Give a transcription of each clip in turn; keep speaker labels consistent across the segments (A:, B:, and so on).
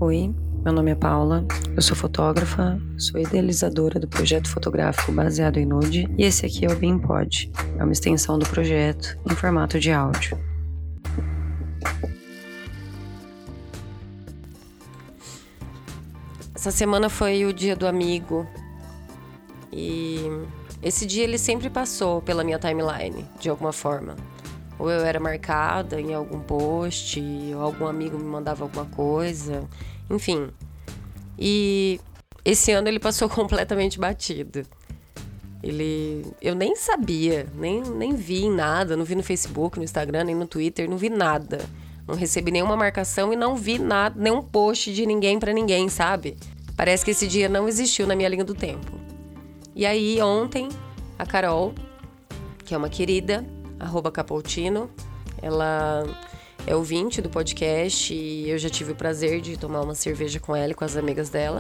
A: Oi, meu nome é Paula, eu sou fotógrafa, sou idealizadora do projeto fotográfico baseado em nude e esse aqui é o BeamPod, é uma extensão do projeto em formato de áudio.
B: Essa semana foi o dia do amigo e esse dia ele sempre passou pela minha timeline, de alguma forma. Ou eu era marcada em algum post, ou algum amigo me mandava alguma coisa, enfim. E esse ano ele passou completamente batido. Eu nem sabia, nem vi em nada, não vi no Facebook, no Instagram, nem no Twitter, não vi nada. Não recebi nenhuma marcação e não vi nada, nenhum post de ninguém pra ninguém, sabe? Parece que esse dia não existiu na minha linha do tempo. E aí, ontem, a Carol, que é uma querida, @Capoutino, ela é ouvinte do podcast e eu já tive o prazer de tomar uma cerveja com ela e com as amigas dela.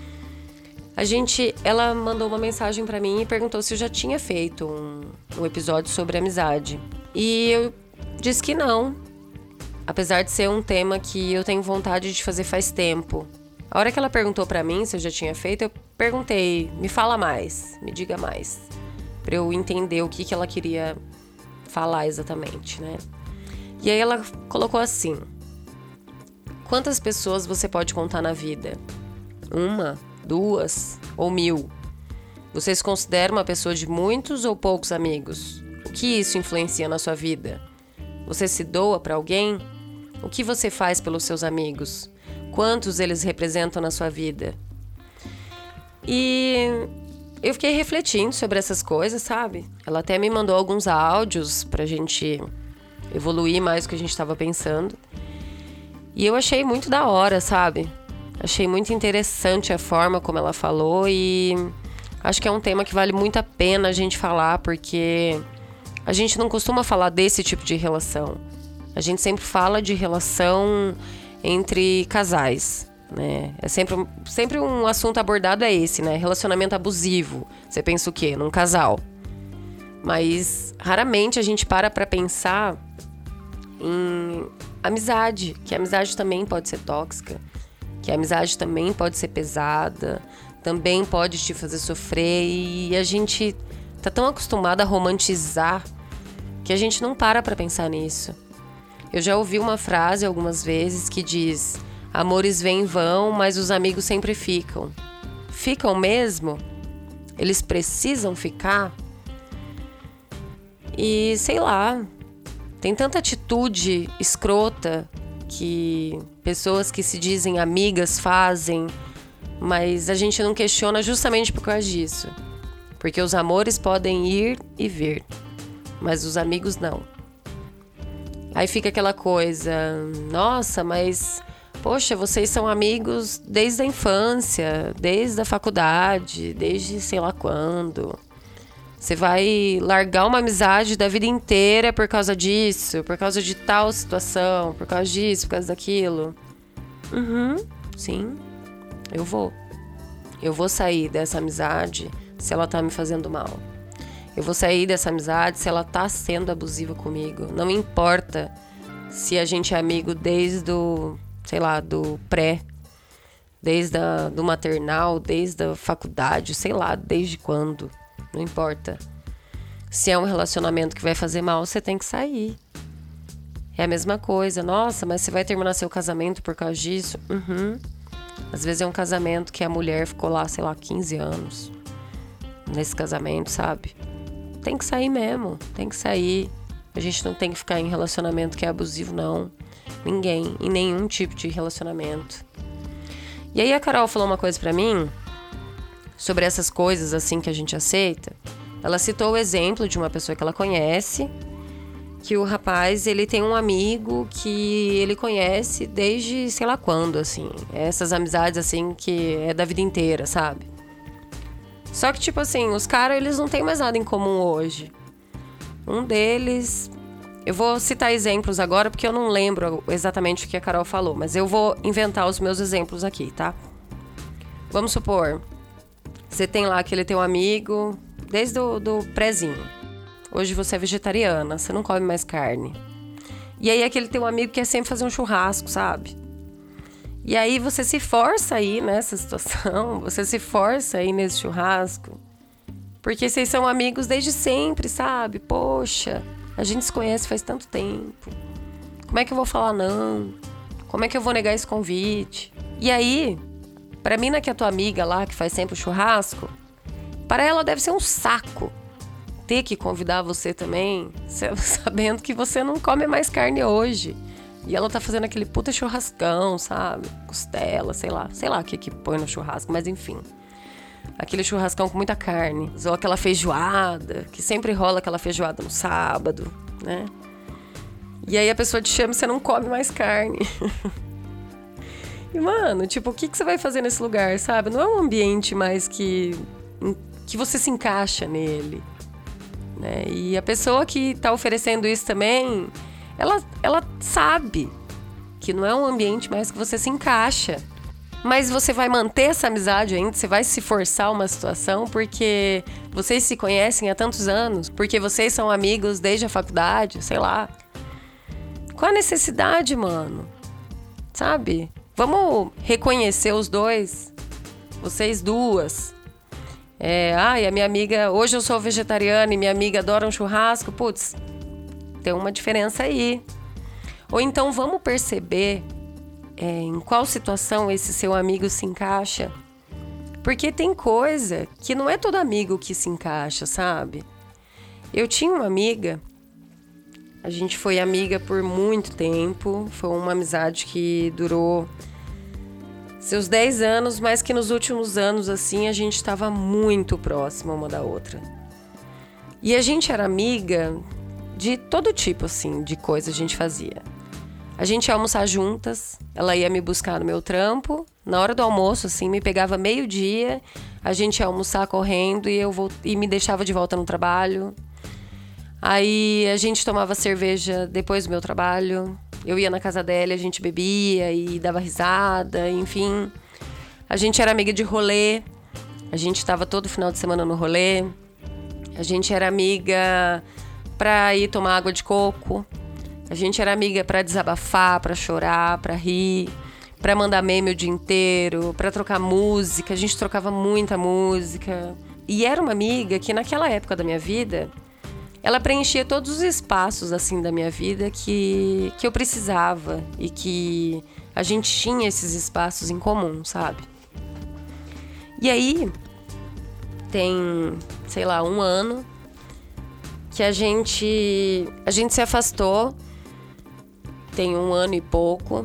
B: Ela mandou uma mensagem pra mim e perguntou se eu já tinha feito um episódio sobre amizade. E eu disse que não, apesar de ser um tema que eu tenho vontade de fazer faz tempo. A hora que ela perguntou pra mim se eu já tinha feito, eu perguntei, me fala mais, me diga mais, pra eu entender o que ela queria falar exatamente, né? E aí ela colocou assim: quantas pessoas você pode contar na vida? 1, 2 ou 1000? Você se considera uma pessoa de muitos ou poucos amigos? O que isso influencia na sua vida? Você se doa pra alguém? O que você faz pelos seus amigos? Quantos eles representam na sua vida? E eu fiquei refletindo sobre essas coisas, sabe? Ela até me mandou alguns áudios pra gente evoluir mais o que a gente estava pensando. E eu achei muito da hora, sabe? Achei muito interessante a forma como ela falou e acho que é um tema que vale muito a pena a gente falar, porque a gente não costuma falar desse tipo de relação. A gente sempre fala de relação entre casais, né? É sempre um assunto abordado é esse, né? Relacionamento abusivo. Você pensa o quê? Num casal. Mas raramente a gente para pra pensar em amizade, que a amizade também pode ser tóxica, que a amizade também pode ser pesada, também pode te fazer sofrer, e a gente tá tão acostumado a romantizar que a gente não para pra pensar nisso. Eu já ouvi uma frase algumas vezes que diz: amores vêm e vão, mas os amigos sempre ficam. Ficam mesmo? Eles precisam ficar? E sei lá, tem tanta atitude escrota que pessoas que se dizem amigas fazem, mas a gente não questiona justamente por causa disso. Porque os amores podem ir e vir, mas os amigos não. Aí fica aquela coisa, nossa, mas poxa, vocês são amigos desde a infância, desde a faculdade, desde sei lá quando. Você vai largar uma amizade da vida inteira por causa disso, por causa de tal situação, por causa disso, por causa daquilo. Sim, eu vou. Eu vou sair dessa amizade se ela tá me fazendo mal. Eu vou sair dessa amizade se ela tá sendo abusiva comigo. Não importa se a gente é amigo desde o, sei lá, do pré, desde do maternal, desde a faculdade, sei lá, desde quando. Não importa. Se é um relacionamento que vai fazer mal, você tem que sair. É a mesma coisa. Nossa, mas você vai terminar seu casamento por causa disso? Às vezes é um casamento que a mulher ficou lá, sei lá, 15 anos. Nesse casamento, sabe? Tem que sair mesmo. Tem que sair. A gente não tem que ficar em relacionamento que é abusivo, não. Ninguém. Em nenhum tipo de relacionamento. E aí a Carol falou uma coisa pra mim sobre essas coisas assim que a gente aceita. Ela citou o exemplo de uma pessoa que ela conhece, que o rapaz, ele tem um amigo que ele conhece desde sei lá quando, assim. Essas amizades, assim, que é da vida inteira, sabe? Só que, tipo assim, os caras, eles não têm mais nada em comum hoje. Um deles... Eu vou citar exemplos agora, porque eu não lembro exatamente o que a Carol falou, mas eu vou inventar os meus exemplos aqui, tá? Vamos supor, você tem lá aquele teu amigo desde do prézinho. Hoje você é vegetariana, você não come mais carne. E aí aquele teu amigo quer sempre fazer um churrasco, sabe? E aí você se força aí nessa situação, você se força aí nesse churrasco, porque vocês são amigos desde sempre, sabe? Poxa, a gente se conhece faz tanto tempo. Como é que eu vou falar não? Como é que eu vou negar esse convite? E aí, pra mina que é tua amiga lá, que faz sempre o churrasco, para ela deve ser um saco ter que convidar você também, sabendo que você não come mais carne hoje. E ela tá fazendo aquele puta churrascão, sabe? Costela, sei lá o que põe no churrasco, mas enfim. Aquele churrascão com muita carne. Ou aquela feijoada, que sempre rola aquela feijoada no sábado, né? E aí a pessoa te chama e você não come mais carne. E, mano, tipo, o que você vai fazer nesse lugar, sabe? Não é um ambiente mais que você se encaixa nele, né? E a pessoa que tá oferecendo isso também, ela sabe que não é um ambiente mais que você se encaixa. Mas você vai manter essa amizade ainda, você vai se forçar uma situação porque vocês se conhecem há tantos anos, porque vocês são amigos desde a faculdade, sei lá. Qual a necessidade, mano? Sabe? Vamos reconhecer os dois, vocês duas. A minha amiga, hoje eu sou vegetariana e minha amiga adora um churrasco, putz, tem uma diferença aí. Ou então vamos perceber em qual situação esse seu amigo se encaixa. Porque tem coisa que não é todo amigo que se encaixa, sabe? Eu tinha uma amiga, a gente foi amiga por muito tempo, foi uma amizade que durou seus 10 anos, mas que nos últimos anos, assim, a gente estava muito próxima uma da outra. E a gente era amiga de todo tipo, assim, de coisa a gente fazia. A gente ia almoçar juntas, ela ia me buscar no meu trampo, na hora do almoço, assim, me pegava meio-dia, a gente ia almoçar correndo e me deixava de volta no trabalho. Aí a gente tomava cerveja depois do meu trabalho, eu ia na casa dela, a gente bebia e dava risada, enfim. A gente era amiga de rolê, a gente estava todo final de semana no rolê. A gente era amiga pra ir tomar água de coco. A gente era amiga pra desabafar, pra chorar, pra rir, pra mandar meme o dia inteiro, pra trocar música. A gente trocava muita música. E era uma amiga que naquela época da minha vida, ela preenchia todos os espaços, assim, da minha vida que eu precisava e que a gente tinha esses espaços em comum, sabe? E aí, tem, sei lá, 1 ano que a gente se afastou, tem 1 ano e pouco.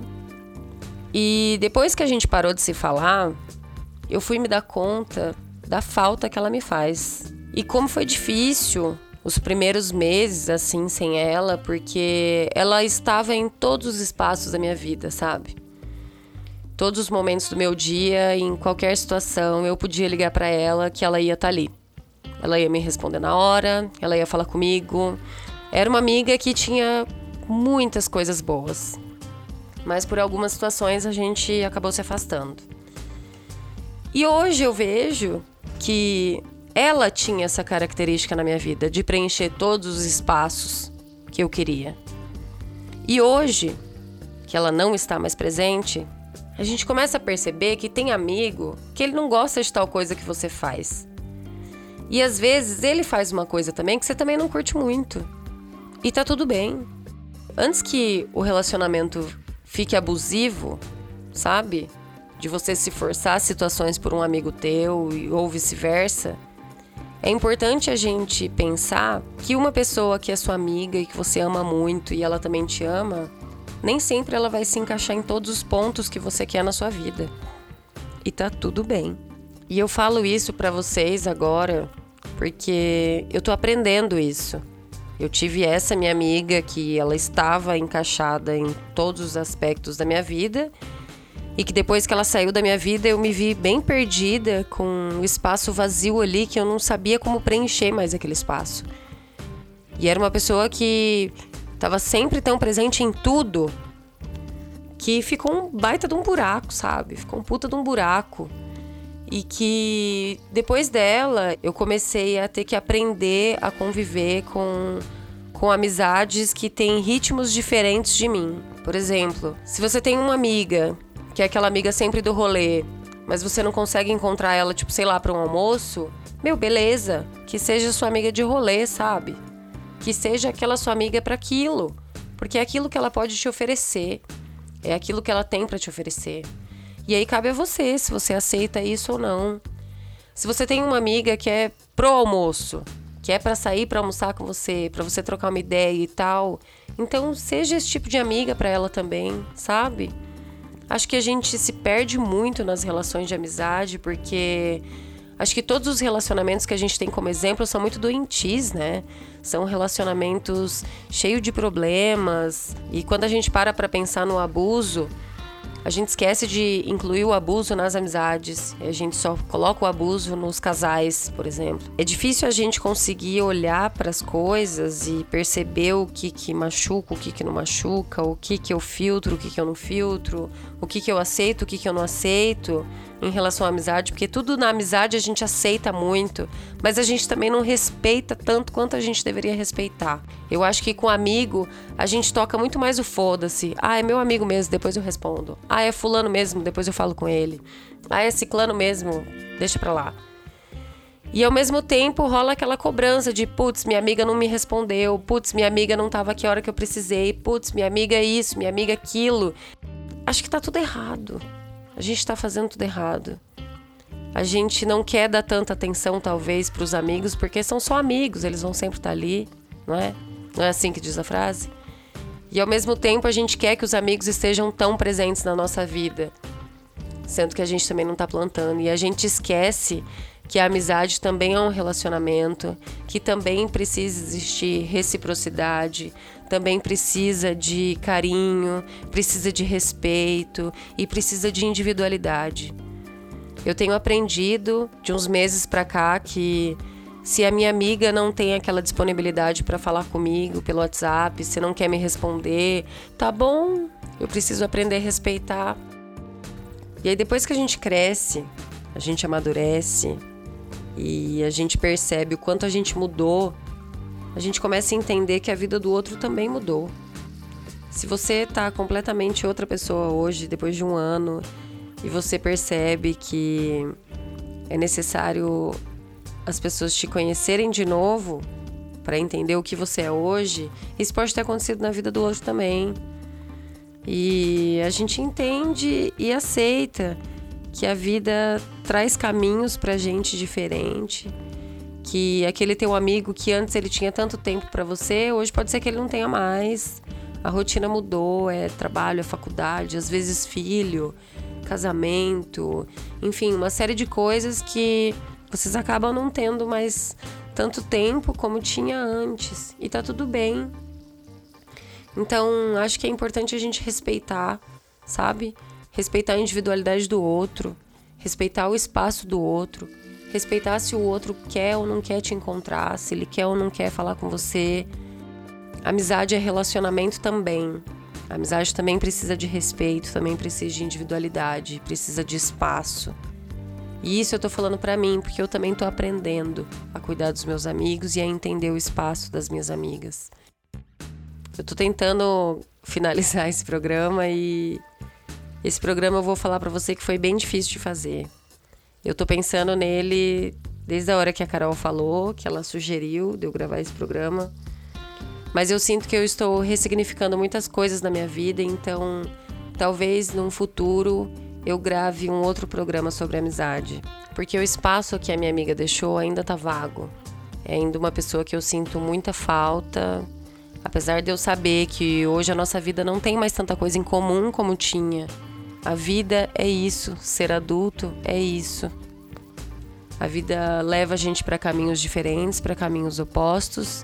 B: E depois que a gente parou de se falar, eu fui me dar conta da falta que ela me faz. E como foi difícil os primeiros meses, assim, sem ela, porque ela estava em todos os espaços da minha vida, sabe? Todos os momentos do meu dia, em qualquer situação, eu podia ligar pra ela que ela ia estar ali. Ela ia me responder na hora, ela ia falar comigo. Era uma amiga que tinha muitas coisas boas. Mas por algumas situações a gente acabou se afastando. E hoje eu vejo que ela tinha essa característica na minha vida, de preencher todos os espaços que eu queria. E hoje, que ela não está mais presente, a gente começa a perceber que tem amigo que ele não gosta de tal coisa que você faz. E às vezes ele faz uma coisa também que você também não curte muito. E tá tudo bem. Antes que o relacionamento fique abusivo, sabe? De você se forçar a situações por um amigo teu ou vice-versa, é importante a gente pensar que uma pessoa que é sua amiga e que você ama muito e ela também te ama, nem sempre ela vai se encaixar em todos os pontos que você quer na sua vida. E tá tudo bem. E eu falo isso pra vocês agora porque eu tô aprendendo isso. Eu tive essa minha amiga que ela estava encaixada em todos os aspectos da minha vida e que depois que ela saiu da minha vida eu me vi bem perdida, com um espaço vazio ali que eu não sabia como preencher mais aquele espaço. E era uma pessoa que estava sempre tão presente em tudo que ficou um baita de um buraco, sabe? Ficou um puta de um buraco. E que depois dela eu comecei a ter que aprender a conviver com amizades que têm ritmos diferentes de mim. Por exemplo, se você tem uma amiga que é aquela amiga sempre do rolê, mas você não consegue encontrar ela, tipo, sei lá, pra um almoço, beleza, que seja sua amiga de rolê, sabe? Que seja aquela sua amiga pra aquilo, porque é aquilo que ela pode te oferecer, é aquilo que ela tem pra te oferecer. E aí cabe a você, se você aceita isso ou não. Se você tem uma amiga que é pro almoço, que é pra sair pra almoçar com você, pra você trocar uma ideia e tal, então seja esse tipo de amiga pra ela também, sabe? Acho que a gente se perde muito nas relações de amizade, porque acho que todos os relacionamentos que a gente tem como exemplo são muito doentios, né? São relacionamentos cheios de problemas. E quando a gente para pra pensar no abuso, a gente esquece de incluir o abuso nas amizades. A gente só coloca o abuso nos casais, por exemplo. É difícil a gente conseguir olhar para as coisas e perceber o que machuca, o que não machuca, o que eu filtro, o que eu não filtro, o que eu aceito, o que eu não aceito em relação à amizade, porque tudo na amizade a gente aceita muito, mas a gente também não respeita tanto quanto a gente deveria respeitar. Eu acho que com amigo a gente toca muito mais o foda-se. Ah, é meu amigo mesmo, depois eu respondo. Ah, é fulano mesmo, depois eu falo com ele. Ah, é ciclano mesmo, deixa pra lá. E ao mesmo tempo rola aquela cobrança de putz, minha amiga não me respondeu, putz, minha amiga não tava aqui a hora que eu precisei, putz, minha amiga isso, minha amiga aquilo. Acho que tá tudo errado. A gente tá fazendo tudo errado. A gente não quer dar tanta atenção, talvez, pros amigos, porque são só amigos, eles vão sempre estar ali, não é? Não é assim que diz a frase? E ao mesmo tempo a gente quer que os amigos estejam tão presentes na nossa vida, sendo que a gente também não tá plantando. E a gente esquece que a amizade também é um relacionamento, que também precisa existir reciprocidade, também precisa de carinho, precisa de respeito e precisa de individualidade. Eu tenho aprendido de uns meses pra cá que se a minha amiga não tem aquela disponibilidade para falar comigo pelo WhatsApp, se não quer me responder, tá bom, eu preciso aprender a respeitar. E aí depois que a gente cresce, a gente amadurece e a gente percebe o quanto a gente mudou, a gente começa a entender que a vida do outro também mudou. Se você tá completamente outra pessoa hoje, depois de um ano, e você percebe que é necessário as pessoas te conhecerem de novo para entender o que você é hoje, isso pode ter acontecido na vida do outro também. E a gente entende e aceita que a vida traz caminhos pra gente diferente, que aquele teu amigo que antes ele tinha tanto tempo pra você, hoje pode ser que ele não tenha mais. A rotina mudou, é trabalho, é faculdade, às vezes filho, casamento, enfim, uma série de coisas que vocês acabam não tendo mais tanto tempo como tinha antes. E tá tudo bem. Então, acho que é importante a gente respeitar, sabe? Respeitar a individualidade do outro, respeitar o espaço do outro, respeitar se o outro quer ou não quer te encontrar, se ele quer ou não quer falar com você. Amizade é relacionamento também. A amizade também precisa de respeito, também precisa de individualidade, precisa de espaço. E isso eu tô falando pra mim, porque eu também tô aprendendo a cuidar dos meus amigos e a entender o espaço das minhas amigas. Eu tô tentando finalizar esse programa e esse programa eu vou falar pra você que foi bem difícil de fazer. Eu tô pensando nele desde a hora que a Carol falou, que ela sugeriu de eu gravar esse programa. Mas eu sinto que eu estou ressignificando muitas coisas na minha vida, então talvez num futuro eu grave um outro programa sobre amizade. Porque o espaço que a minha amiga deixou ainda tá vago. É ainda uma pessoa que eu sinto muita falta. Apesar de eu saber que hoje a nossa vida não tem mais tanta coisa em comum como tinha. A vida é isso, ser adulto é isso. A vida leva a gente para caminhos diferentes, para caminhos opostos.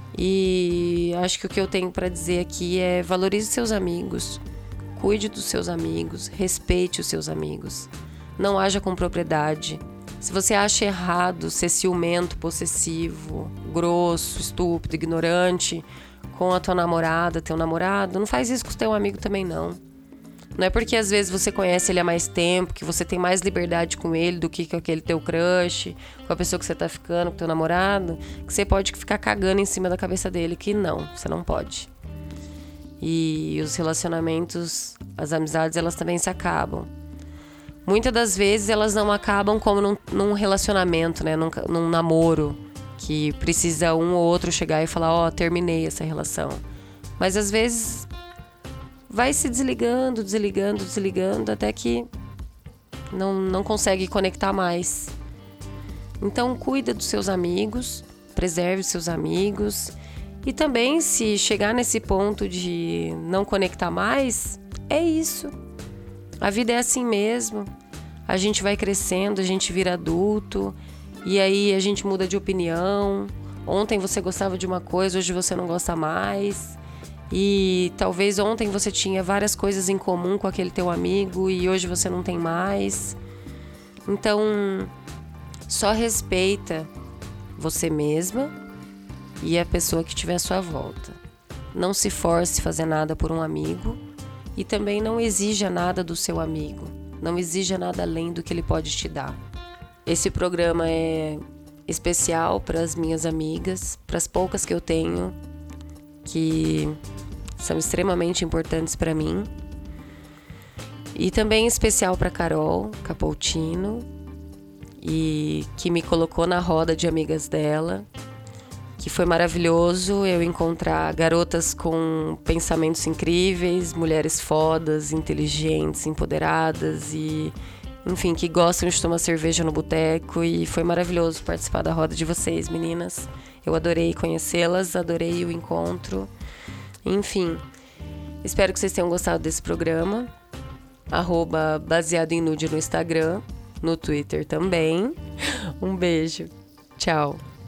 B: E acho que o que eu tenho para dizer aqui é: valorize seus amigos, cuide dos seus amigos, respeite os seus amigos. Não haja com propriedade. Se você acha errado ser ciumento, possessivo, grosso, estúpido, ignorante com a tua namorada, teu namorado, não faz isso com o teu amigo também não. Não é porque às vezes você conhece ele há mais tempo, que você tem mais liberdade com ele do que com aquele teu crush, com a pessoa que você tá ficando, com teu namorado, que você pode ficar cagando em cima da cabeça dele, que não, você não pode. E os relacionamentos, as amizades elas também se acabam. Muitas das vezes elas não acabam como num relacionamento, né? Num namoro, que precisa um ou outro chegar e falar, terminei essa relação. Mas às vezes vai se desligando, até que não consegue conectar mais. Então cuida dos seus amigos, preserve os seus amigos. E também, se chegar nesse ponto de não conectar mais, é isso. A vida é assim mesmo. A gente vai crescendo, a gente vira adulto, e aí a gente muda de opinião. Ontem você gostava de uma coisa, hoje você não gosta mais. E talvez ontem você tinha várias coisas em comum com aquele teu amigo e hoje você não tem mais. Então, só respeita você mesma e a pessoa que estiver à sua volta. Não se force a fazer nada por um amigo e também não exija nada do seu amigo. Não exija nada além do que ele pode te dar. Esse programa é especial para as minhas amigas, para as poucas que eu tenho, que são extremamente importantes para mim. E também especial para Carol Capoltino, e que me colocou na roda de amigas dela, que foi maravilhoso eu encontrar garotas com pensamentos incríveis, mulheres fodas, inteligentes, empoderadas e, enfim, que gostam de tomar cerveja no boteco, e foi maravilhoso participar da roda de vocês, meninas. Eu adorei conhecê-las, adorei o encontro. Enfim, espero que vocês tenham gostado desse programa. @baseado em nude no Instagram, no Twitter também. Um beijo. Tchau.